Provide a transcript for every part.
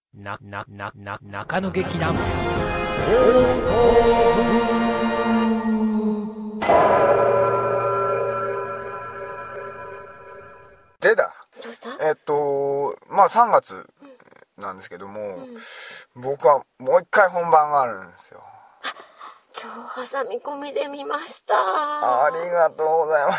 中野劇団でだどうした？ まあ3月なんですけども、僕はもう一回本番があるんですよ。 今日挟み込みで見ました。 ありがとうございます。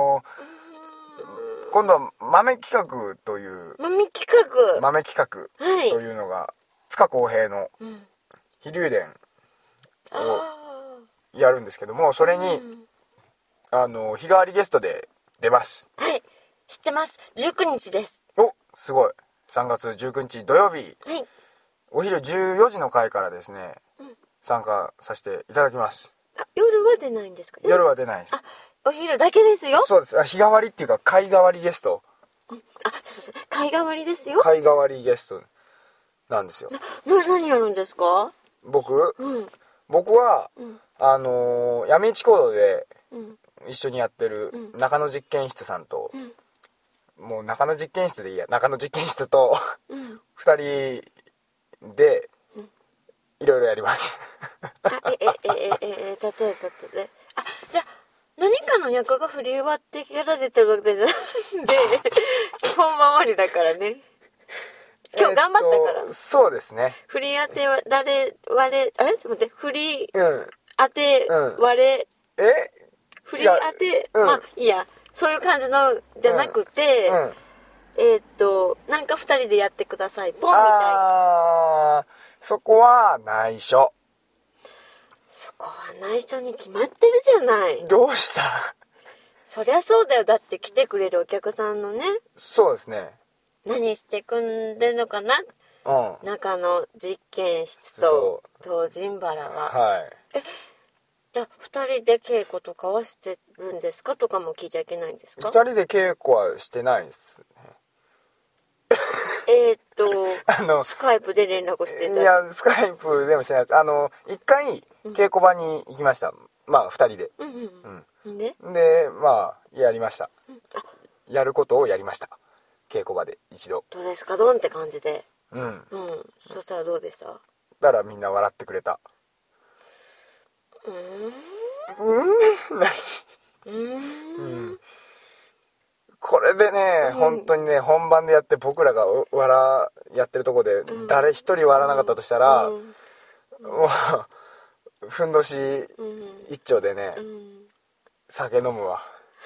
今度は豆企画という豆企画はいというのが塚公平の飛龍伝をやるんですけども、それに日替わりゲストで出ます。 はい、知ってます。19日です。 お、すごい。3月19日土曜日、 はい、 お昼14時の回からですね、参加させていただきます。 夜は出ないんですか？ 夜は出ないです。 お昼だけですよ。 そうです。日替わりっていうか回替わりゲスト。 そう会替わりですよ。 回替わりゲストなんですよ。 何やるんですか？ 僕は、闇市行動で一緒にやってる中野実験室さんと、もう中野実験室でいいや、中野実験室と2人でいろいろやります例えばじゃあ何かの役が振り終わってやられてるわけで本番終わりだからね。今日頑張ったから、 そうですね。 振り当てられ割れちょっと待って、振り当て割れ、振り当て、まあいいや、そういう感じのじゃなくて、なんか2人でやってくださいポンみたいな。 そこは内緒。 そこは内緒に決まってるじゃない。 どうした？ そりゃそうだよ。だって来てくれるお客さんのね。 そうですね。 何してくんでんのかな、中の実験室と東尋原は。 はい。 じゃあ2人で稽古とかはしてるんですかとかも聞いちゃいけないんですか？ 2人で稽古はしてないですね。 スカイプで連絡してた。 いや、スカイプでもしてないです。一回稽古場に行きました。まあ2人で。で、まあやりました。やることをやりました。稽古場で一度。 どうですかドンって感じで。そしたらどうでした？ だからみんな笑ってくれた。これでね、本当にね、本番でやって僕らがやってるとこで誰一人笑わなかったとしたら、もうふんどし一丁でね、酒飲むわ。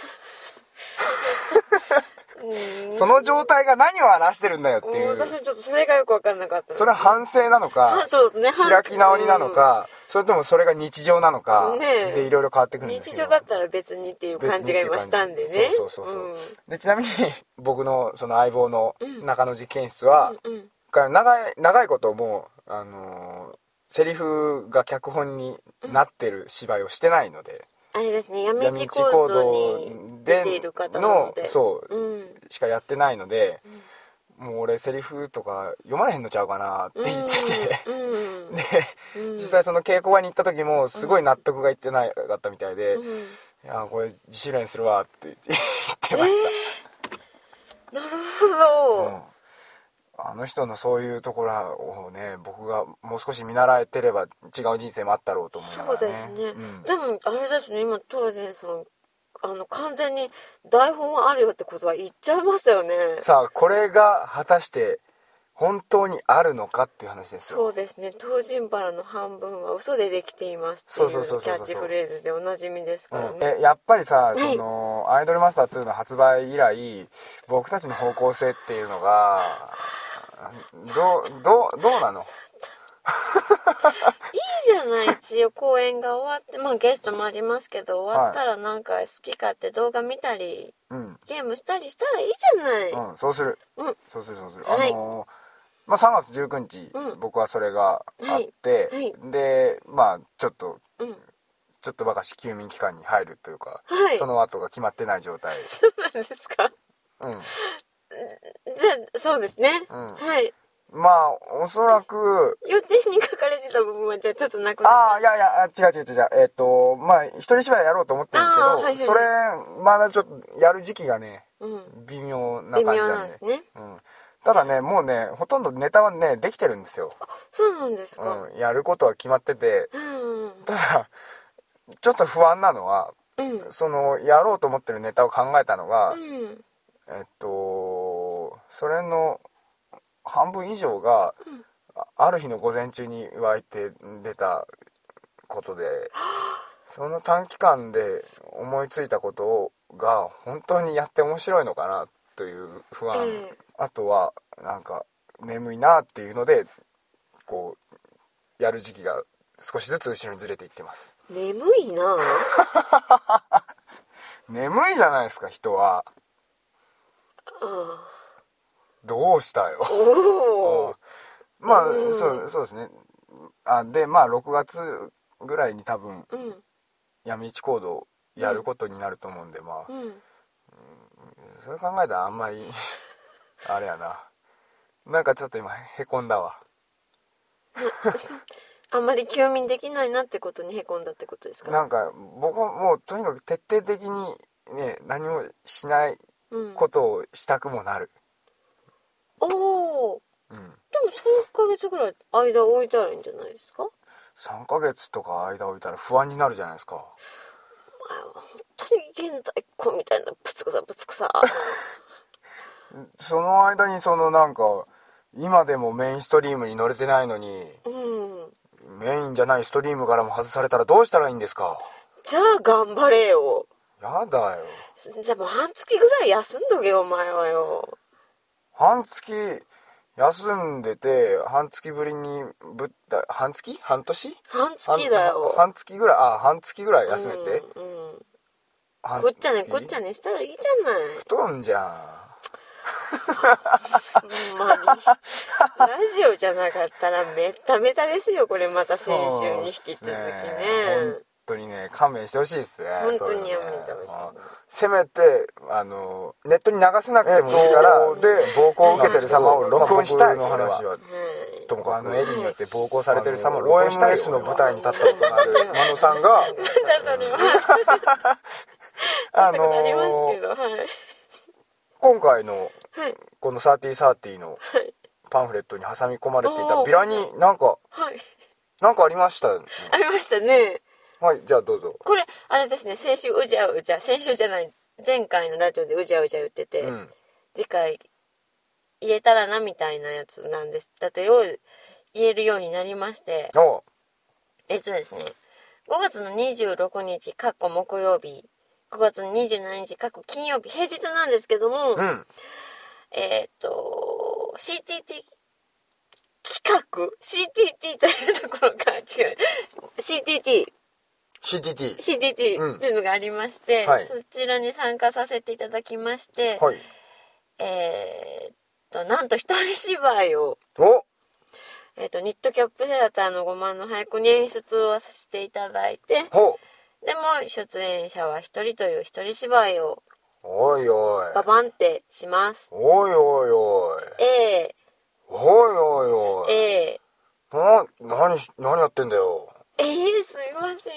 その状態が何を表してるんだよっていう。 私はちょっとそれがよく分かんなかった。 それは反省なのか、開き直りなのか、それともそれが日常なのかでいろいろ変わってくるんですけど。 日常だったら別にっていう感じが今したんでね。 そうで、ちなみに僕のその相棒の中野実験室は長いこともうセリフが脚本になってる芝居をしてないので、 あれですね、闇市行動に出ている方なのでしかやってないので、もう俺セリフとか読まれへんのちゃうかなって言ってて、で実際その稽古場に行った時もすごい納得がいってなかったみたいで、いやこれ自主練するわって言ってました。 なるほど。 あの人のそういうところをね、僕がもう少し見習えてれば違う人生もあったろうと思いながらね。 そうですね、でもあれですね、今東禅さん完全に台本はあるよってことは言っちゃいましたよね。 さあこれが果たして本当にあるのかっていう話ですよ。 そうですね、東尋原の半分は嘘でできていますっていうキャッチフレーズでおなじみですからね。 やっぱりさ、そのアイドルマスター2の発売以来僕たちの方向性っていうのがどうなの？ いいじゃない。一応公演が終わって、まあゲストもありますけど、終わったらなんか好き勝手動画見たり、ゲームしたりしたらいいじゃない。 そうする。 はい、 まあ3月19日、僕はそれがあって、でまあちょっとばかし休眠期間に入るというか、その後が決まってない状態。 そうなんですか？じゃあそうですね。はい。 まあおそらく予定に書かれてた部分はじゃあちょっとなくなった。 いや違うまあ一人芝居やろうと思ってるんですけど、それまだちょっとやる時期がね、微妙な感じなんで。 ただねもうねほとんどネタはねできてるんですよ。 そうなんですか。 やることは決まってて、ただちょっと不安なのは、そのやろうと思ってるネタを考えたのが、それの半分以上が、ある日の午前中に湧いて出たことで、その短期間で思いついたことが本当にやって面白いのかなという不安、あとはなんか眠いなっていうのでこうやる時期が少しずつ後ろにずれていってます。 眠いな眠いじゃないですか人は。どうしたよまあそうですね。でまあ6月ぐらいに多分、闇市行動やることになると思うんで、まあ、それ考えたらあんまりあれやな、なんかちょっと今へこんだわあんまり休眠できないなってことにへこんだってことですか。 なんか僕はもうとにかく徹底的にね何もしないことをしたくもなる。 おお、でも3ヶ月ぐらい間置いたらいいんじゃないですか。 3ヶ月とか間置いたら不安になるじゃないですか。 本当に現代っ子みたいなぶつくさぶつくさその間にそのなんか今でもメインストリームに乗れてないのに、メインじゃないストリームからも外されたらどうしたらいいんですか。 じゃあ頑張れよ。 やだよ。 じゃあもう半月ぐらい休んどけよお前はよ。 半月休んでて半月ぶりに半月半年半月だよ。 半月ぐらい休めて、 こっちゃねこっちゃねしたらいいじゃない。 太んじゃんほんまにラジオじゃなかったらメタメタですよこれ。また先週に引き続きね本当にね勘弁してほしいですね。 本当にやめてほしい。 せめてネットに流せなくてもいいからで暴行を受けてる様を録音したい。僕の話はともかくエリによって暴行されてる様を録音したい。OMS の舞台に立ったことがある真野さんがそれはなりますけど、 今回のこの3030のパンフレットに挟み込まれていたビラになんかありましたね。 ありましたね。 はい、じゃあどうぞ。 これあれですね、先週先週じゃない前回のラジオでうじゃうじゃ言ってて、次回言えたらなみたいなやつなんです。だってを言えるようになりまして、ですね、5月の26日木曜日、5月の27日金曜日、平日なんですけども、CTT 企画 CTT というところが違う CTT っていうのがありまして、そちらに参加させていただきまして、なんと一人芝居をニットキャップシアターの5万の俳句に演出をさせていただいて、でも出演者は一人という一人芝居をババンってします。 おいおいおいおい何やってんだよ。 すいませ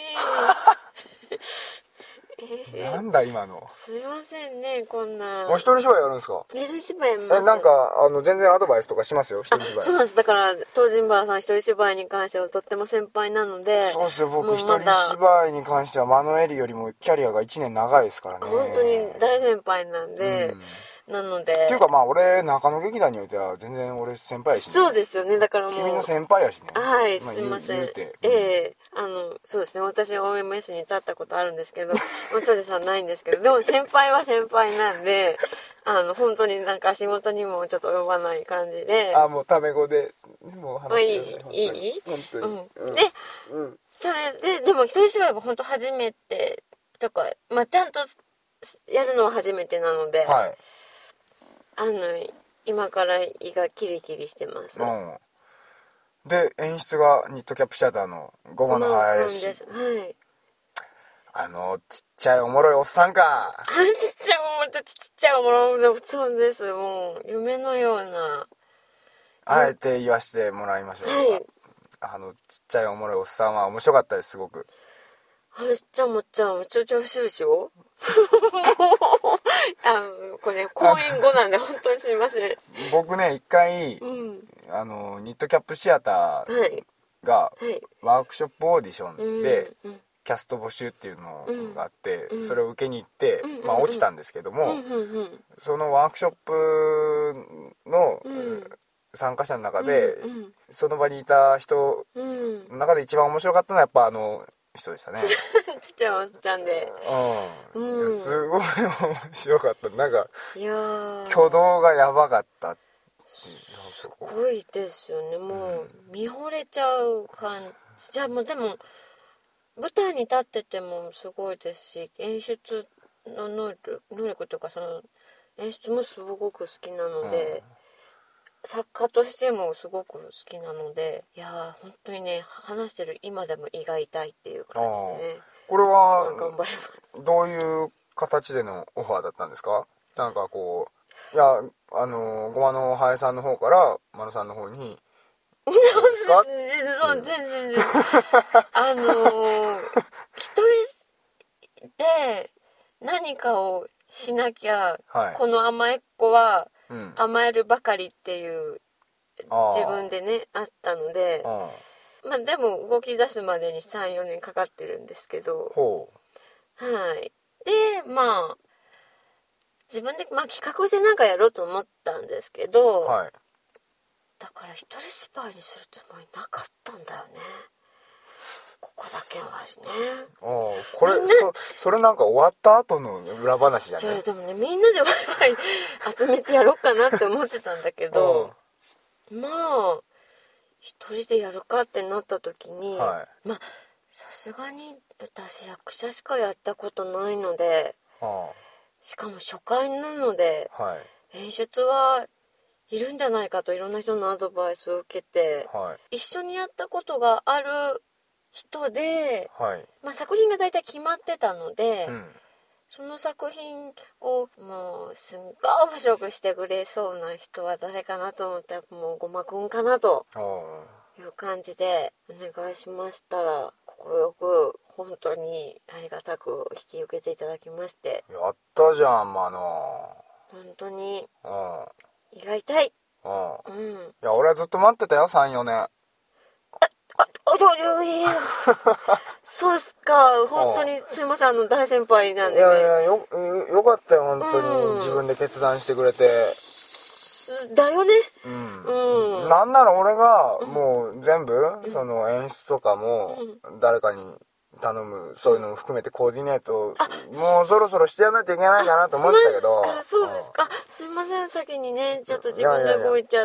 んなんだ今の。 すいませんね、こんな。 一人芝居やるんですか。 一人芝居やります。 なんか全然アドバイスとかしますよ。一人芝居。 そうなんです。だから東尋原さん一人芝居に関してはとっても先輩なので。 そうですよ。僕一人芝居に関してはマノエリよりもキャリアが1年長いですからね。 本当に大先輩なんで、なのでっていうかまあ俺中野劇団においては全然俺先輩やし、ね、 そうですよね。だからもう君の先輩やしね。 はい、すいません。そうですね、私 OMS に立ったことあるんですけど当時さんないんですけど、でも先輩は先輩なんで本当になんか仕事にもちょっと及ばない感じで、 もうタメ語でもう話してください。 いい本当に、で、それででも一人芝居は本当初めてとか、ちゃんとやるのは初めてなので、今から胃がキリキリしてます。 で演出がニットキャップシアターのゴマの林です。ちっちゃいおもろいおっさんか。 ちっちゃいおもろいそうです。もう夢のような。 あえて言わしてもらいましょう。ちっちゃいおもろいおっさんは面白かったです。すごくもっちゃんめちゃめちゃ欲しいでしょこれ、講演後なんで本当にすみません。 僕ね一回、ニットキャップシアターがワークショップオーディションでキャスト募集っていうのがあって、それを受けに行って、落ちたんですけども、そのワークショップの参加者の中で、その場にいた人の中で一番面白かったのはやっぱ人でしたね。 ちっちゃいおっちゃんで、 すごい面白かった。なんかいや挙動がやばかったっていう。 すごいですよね。もう見惚れちゃう感じ。じゃあもうでも舞台に立っててもすごいですし、演出の能力というかその演出もすごく好きなので、作家としてもすごく好きなので、いや本当にね、話してる今でも胃が痛いっていう感じでね。 これは頑張ります。 どういう形でのオファーだったんですか？なんかこう、いやごまのハエさんの方からマノさんの方にですか？ 全然一人で何かをしなきゃ、この甘えっ子は甘えるばかりっていう自分でねあったので、まあでも動き出すまでに 3,4 年かかってるんですけど、はい。でまあ自分で、企画してなんかやろうと思ったんですけど、だから一人芝居にするつもりなかったんだよね、ここだけの話ね。 これそれなんか終わった後の裏話じゃない？ いやでもね、みんなでワイワイ集めてやろうかなって思ってたんだけどまあ一人でやるかってなった時に、まあさすがに私役者しかやったことないので、しかも初回なので、演出はいるんじゃないかといろんな人のアドバイスを受けて、一緒にやったことがある人で、作品が大体決まってたので、その作品をもうすんごい面白くしてくれそうな人は誰かなと思ったら、もうごまくんかなという感じでお願いしましたら、快く本当にありがたく引き受けていただきまして。 やったじゃんマノ。 本当に胃が痛い。いや俺はずっと待ってたよ 3,4 年。 そうっすか。本当にすいません、大先輩なんでね。 いやよかったよ本当に、自分で決断してくれて。 だよね。 なんなら俺がもう全部、その演出とかも誰かに頼む、そういうのも含めてコーディネートもうそろそろしてやらないといけないかなと思ってたけど。 そうですか。すいません、先にねちょっと自分で動いちゃって。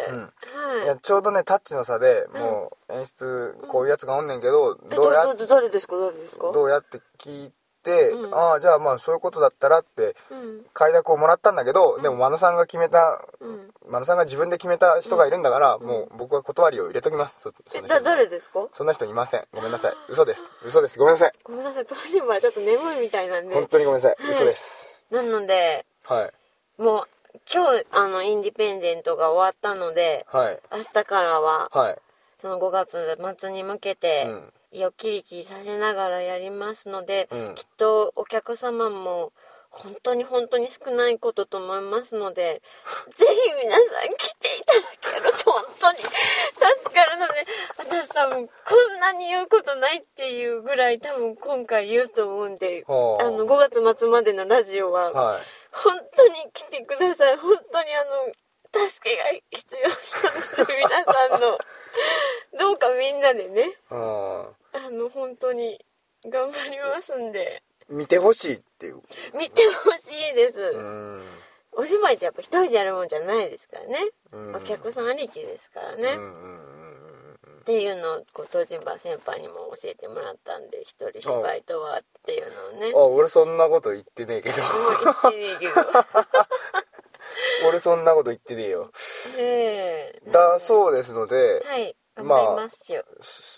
いやちょうどねタッチの差でもう演出こういうやつがおんねんけど、 誰ですかどうやって聞いて、じゃあまあそういうことだったらって快諾をもらったんだけど、でも真野さんが決めた、真野さんが自分で決めた人がいるんだから、もう僕は断りを入れときます。 誰ですか？ そんな人いません。ごめんなさい。嘘ですごめんなさい。 ごめんなさい、当時はちょっと眠いみたいなんで本当にごめんなさい、嘘です。 なのでもう今日インディペンデントが終わったので、明日からは、その5月末に向けて、胃をキリキリさせながらやりますので、きっとお客様も本当に少ないことと思いますので、ぜひ皆さん来ていただけると本当に助かるので、私多分こんなに言うことないっていうぐらい多分今回言うと思うんで、5月末までのラジオは、本当に来てください。本当に助けが必要なので、皆さんのどうかみんなでね、本当に頑張りますんで。 見てほしいっていう。 見てほしいです。お芝居ってやっぱ一人でやるもんじゃないですからね。お客さんありきですからね。っていうのを東尋坊先輩にも教えてもらったんで、一人芝居とはっていうのをね。 俺そんなこと言ってねえけど。 言ってねえけど。 俺そんなこと言ってねえよ。だそうですので、 頑張りますよ。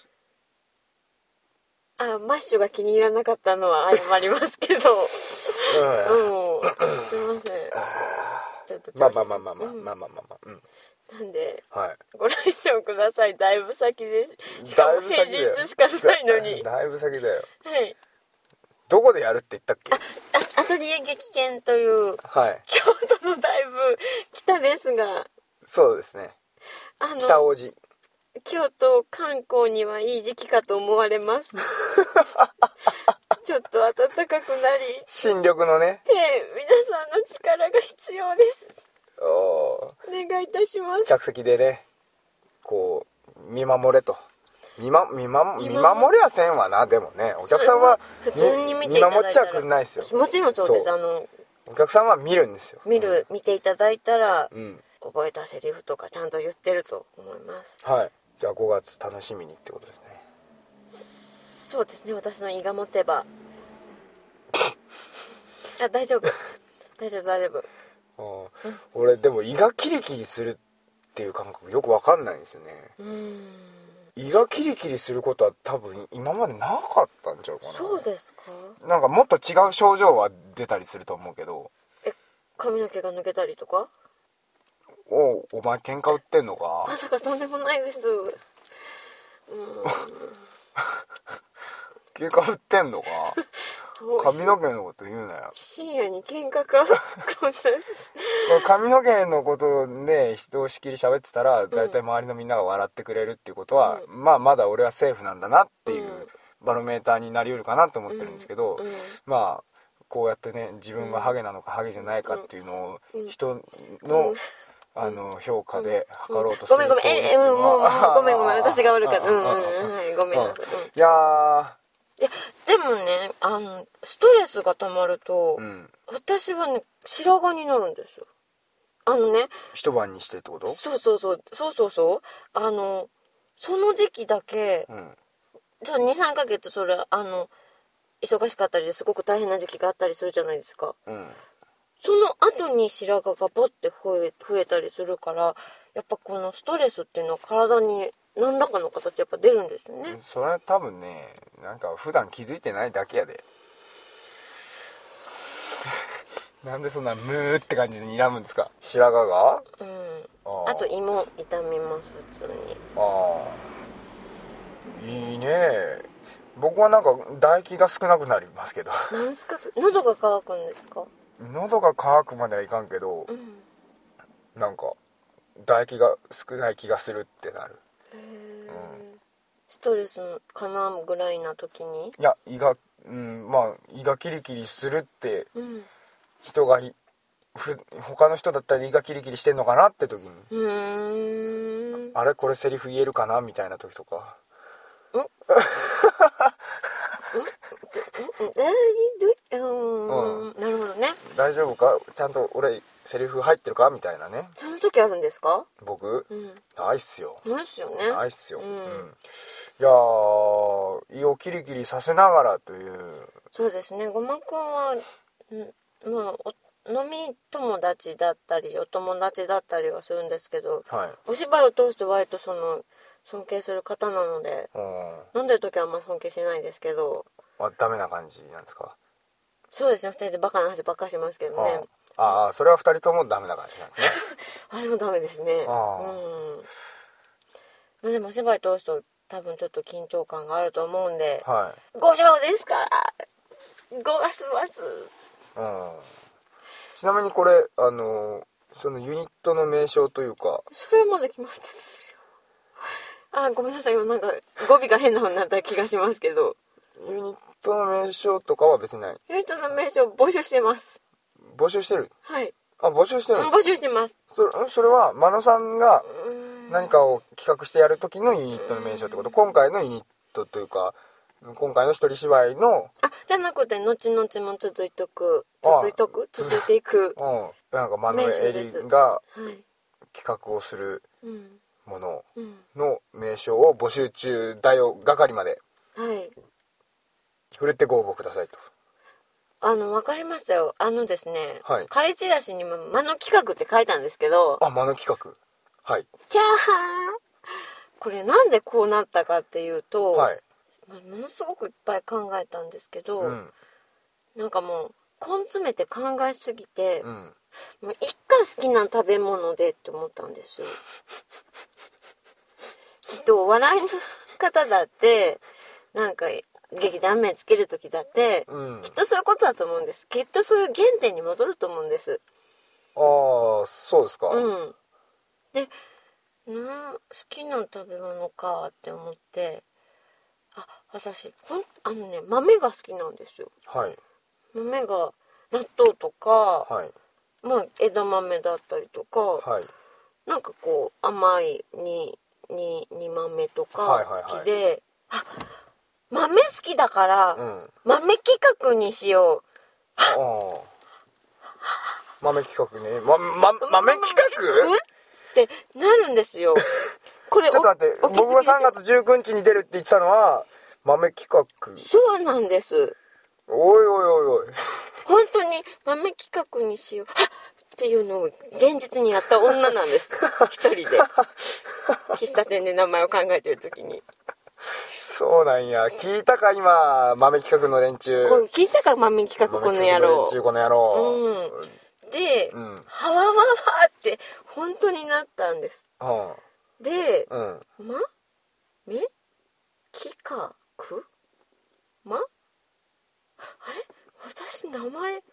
マッシュが気に入らなかったのは謝りますけど。すいません。 まあ。 なんで、 はい、 ご来場ください。だいぶ先です。しかも平日しかないのに。 だいぶ先だよ。 はい。 どこでやるって言ったっけ？ アトリエ激剣という、 はい、 京都のだいぶ北ですが、 そうですね。北大路。 京都観光にはいい時期かと思われます。ちょっと暖かくなり、 新緑のね、 皆さんの力が必要です。お願いいたします。 客席でね、こう見守れと。見守れはせんわな。でもね、お客さんは普通に見ていただいたら、 見守っちゃくんないですよ。 もちろんそうです。 お客さんは見るんですよ。 見ていただいたら、覚えたセリフとかちゃんと言ってると思います。 はい。じゃあ5月楽しみにってことですね。そうですね。私の胃が持てば。大丈夫。大丈夫。 俺でも胃がキリキリするっていう感覚よく分かんないんですよね。胃がキリキリすることは多分今までなかったんちゃうかな。 そうですか。 なんかもっと違う症状は出たりすると思うけど。 髪の毛が抜けたりとか？ お前喧嘩売ってんのか？ まさかとんでもないです。 喧嘩売ってんのか？髪の毛のこと言うなよ。 深夜に喧嘩か？こんな髪の毛のことで人をしきり喋ってたら、だいたい周りのみんなが笑ってくれるっていうことは、まあまだ俺はセーフなんだなっていうバロメーターになりうるかなと思ってるんですけど、まあこうやってね、自分がハゲなのかハゲじゃないかっていうのを人の評価で測ろうとする。 ごめん私が悪かった。ごめんなさい。 いやでもね、ストレスが溜まると、私はね、白髪になるんですよ。 一晩にしてってこと？ そう。その時期だけ、ちょっと 2,3 ヶ月それ、忙しかったりですごく大変な時期があったりするじゃないですか。その後に白髪がボッて増えたりするから、やっぱこのストレスっていうのは体に何らかの形やっぱ出るんですよね。 それは多分ね、なんか普段気づいてないだけやで。なんでそんなムーって感じで睨むんですか？白髪が？ あと胃も痛みます普通に。いいね。僕はなんか唾液が少なくなりますけど。 なんすかそれ？喉が渇くんですか？ 喉が渇くまではいかんけど、なんか唾液が少ない気がするってなる。 ストレスかなぐらいな時に？ いや、胃がキリキリするって、人が他の人だったら胃がキリキリしてんのかなって時に、あれこれセリフ言えるかなみたいな時とか。 なるほどね。 大丈夫か？ちゃんと俺セリフ入ってるかみたいなね。 その時あるんですか？ 僕、ないっすよ。 ないっすよね。 ないっすよ。いやー、胃をキリキリさせながらという。 そうですね。ごまくんはもう飲み友達だったりお友達だったりはするんですけど、お芝居を通して割と尊敬する方なので、飲んでる時はあんま尊敬してないですけど。 ダメな感じなんですか？ そうですね。2人でバカな話ばっかしますけどね。 それは2人ともダメな感じなんですね。 私もダメですね。でもお芝居通すと多分ちょっと緊張感があると思うんで、5章ですから5月末。 ちなみにこれそのユニットの名称というか、 それはまだ決まってないですよ。ごめんなさい。今なんか語尾が変な風になった気がしますけど。 ユニットの名称とかは別にない？ ユニットの名称募集してます。 募集してる？ はい。 募集してる？ 募集してます。 それは真野さんが何かを企画してやる時のユニットの名称ってこと？今回のユニットというか今回の一人芝居のじゃなくて後々も続いていくなんか真野エリが企画をするものの名称を募集中だよ係までふるってご応募くださいと。 分かりましたよ。ですね、仮チラシにも間の企画って書いたんですけど。 間の企画。はい。 キャーハー。これなんでこうなったかっていうと、ものすごくいっぱい考えたんですけど、なんかもう根詰めて考えすぎて、もう一回好きな食べ物でって思ったんですよ。きっとお笑いの方だってなんか劇団名つける時だって、きっとそういうことだと思うんです。きっとそういう原点に戻ると思うんです。 ああ、そうですか。 で、好きな食べ物かって思って、私豆が好きなんですよ。 はい。 豆が納豆とか、 はい。 枝豆だったりとか、 はい。 なんかこう甘い煮豆とか好きで、豆好きだから、豆企画にしよう。 豆企画ね。豆企画ってなるんですよ。これちょっと待って、僕が3月19日に出るって言ってたのは豆企画。 そうなんです。 おいおいおいおい。 本当に豆企画にしようっていうのを現実にやった女なんです。一人で喫茶店で名前を考えてる時に。 そうなんや。聞いたか今豆企画の連中。 聞いたか豆企画この野郎。 この野郎。 で、はわわわって本当になったんです。で、め企画あれ私名前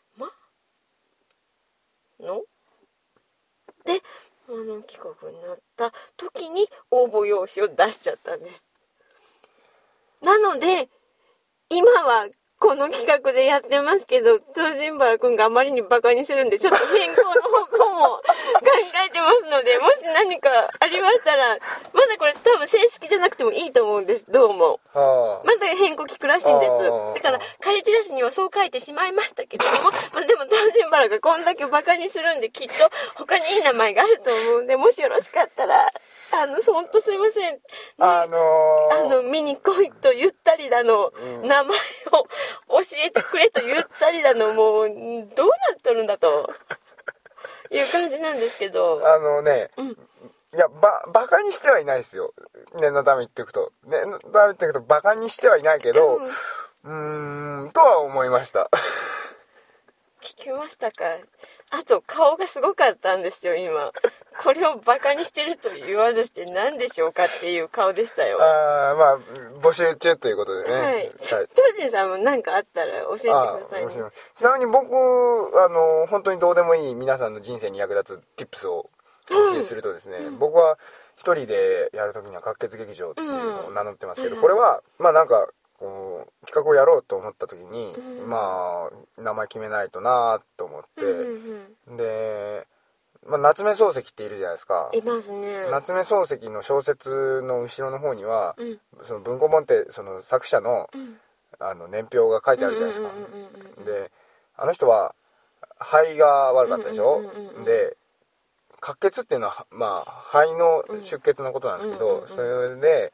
ので企画になった時に応募用紙を出しちゃったんです。なので今はこの企画でやってますけど、東尋原くんがあまりにバカにするんでちょっと変更の方向も考えてますので、もし何かありましたら、まだこれ多分正式じゃなくてもいいと思うんです。どうもまだ変更聞くらしいんです。だから仮チラシにはそう書いてしまいましたけれども、でも東尋原がこんだけバカにするんで、きっと他にいい名前があると思うんで、もしよろしかったらほんとすいません、ね、見に来いと言ったりだの、名前を教えてくれと言ったりだの、もうどうなっとるんだという感じなんですけど、 いやバカにしてはいないですよ。念のため言っておくとバカにしてはいないけど、とは思いました。 聞きましたか？あと顔がすごかったんですよ今。これをバカにしてると言わずして何でしょうかっていう顔でしたよ。 募集中ということでね。はい。 当時さんも何かあったら教えてくださいね。 ちなみに僕本当にどうでもいい皆さんの人生に役立つ tips をお教えするとですね、僕は一人でやるときには滑血劇場っていうのを名乗ってますけど、これはなんかこう企画をやろうと思った時に、名前決めないとなと思って、で、夏目漱石っているじゃないですか。 いますね。 夏目漱石の小説の後ろの方には、その文庫本ってその作者の、年表が書いてあるじゃないですか。であの人は肺が悪かったでしょ。で滑血っていうのは肺の出血のことなんですけど、それで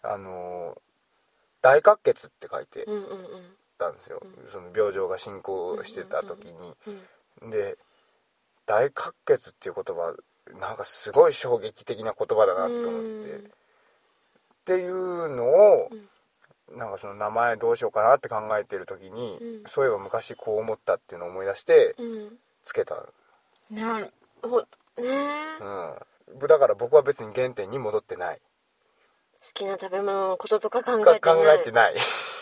大滑血って書いてたんですよ。その病状が進行してた時に。で大滑血っていう言葉なんかすごい衝撃的な言葉だなと思ってっていうのをなんかその名前どうしようかなって考えてる時に、そういえば昔こう思ったっていうのを思い出してつけた。 なるほどね。 だから僕は別に原点に戻ってない。 好きな食べ物のこととか考えてない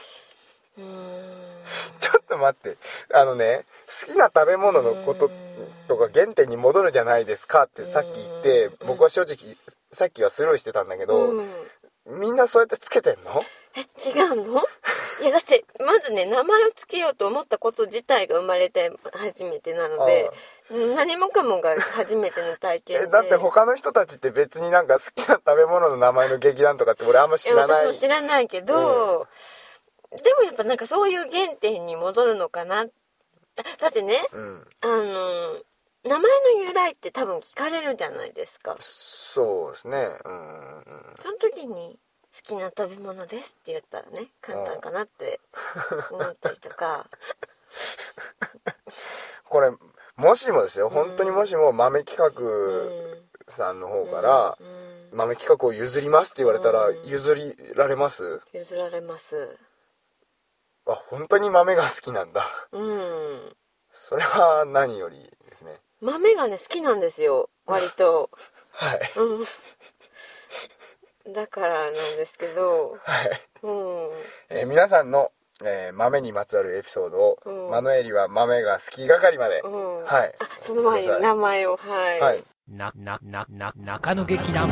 ちょっと待って、好きな食べ物のこととか原点に戻るじゃないですかってさっき言って、僕は正直さっきはスルーしてたんだけど、みんなそうやってつけてんの？ 違うの？いやだってまずね、名前をつけようと思ったこと自体が生まれて初めてなので、何もかもが初めての体験でだって他の人たちって別になんか好きな食べ物の名前の劇団とかって俺あんま知らない。 私も知らないけど、でもやっぱなんかそういう原点に戻るのかな。だってね、名前の由来って多分聞かれるじゃないですか。 そうですね。 その時に好きな食べ物ですって言ったらね、簡単かなって思ったりとか。 これもしもですよ、本当にもしも豆企画さんの方から豆企画を譲りますって言われたら譲られます？ 譲られます。 本当に豆が好きなんだ。 それは何よりですね。 豆がね好きなんですよ割とはい、 だからなんですけど、 はい、皆さんの、豆にまつわるエピソードを、マノエリは豆が好き係まで、はい、 その前に名前をはい、 中野劇団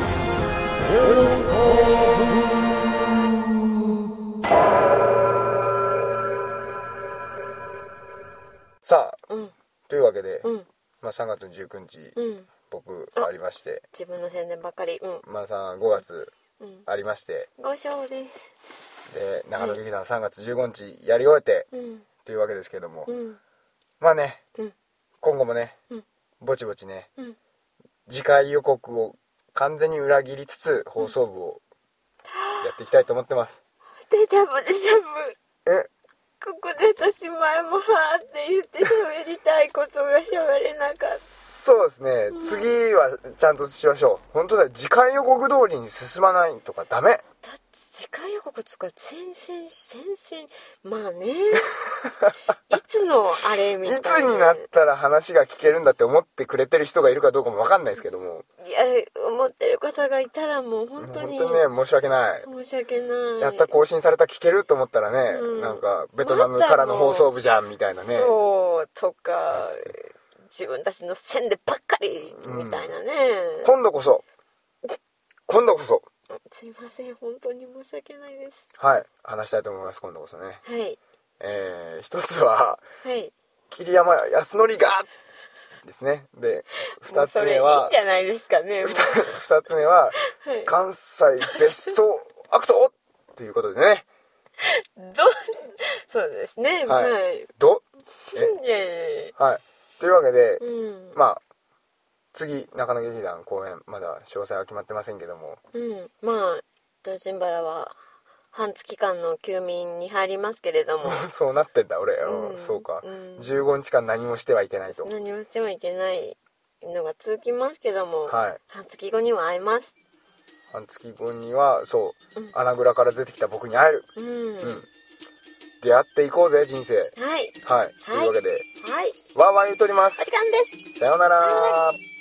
さあ、というわけで、3月19日、僕ありまして、 自分の宣伝ばっかり、 さん5月ありまして、 5勝です。 で中野劇団3月15日やり終えて、というわけですけども、まあね、今後もね、ぼちぼちね、次回予告を完全に裏切りつつ放送部をやっていきたいと思ってます。 デジャブここで私前もはーって言って喋りたいことが喋れなかった。 そうですね、次はちゃんとしましょう。本当だ、次回予告通りに進まないとかダメだ。 って次回予告とか先々まあねいつのあれみたいな、 いつになったら話が聞けるんだって思ってくれてる人がいるかどうかも分かんないですけども、 いや思ってる方がいたらもう本当にね、申し訳ない。やった更新された聞けると思ったらね、なんかベトナムからの放送部じゃんみたいなね、 そうとか自分たちの宣伝ばっかりみたいなね、 今度こそすいません、本当に申し訳ないです。 はい、話したいと思います。今度こそね。 はい。 一つは、 はい、 桐山康則がですね。で、二つ目は、 いいんじゃないですかね。 二つ目は、はい、関西ベストアクトということでね。 そうですね。 はい。 はい、 いやはい。というわけで、まあ。次中野劇団公演まだ詳細は決まってませんけども、 まあ東陣原は半月間の休眠に入りますけれどもそうなってんだ俺、そうか、15日間何もしてはいけないと、 何もしてはいけないのが続きますけども、 はい、 半月後には会えます。 半月後にはそう、穴蔵から出てきた僕に会える、出会っていこうぜ人生。はい、というわけで、わーわー言うとります。 お時間です。 さようなら。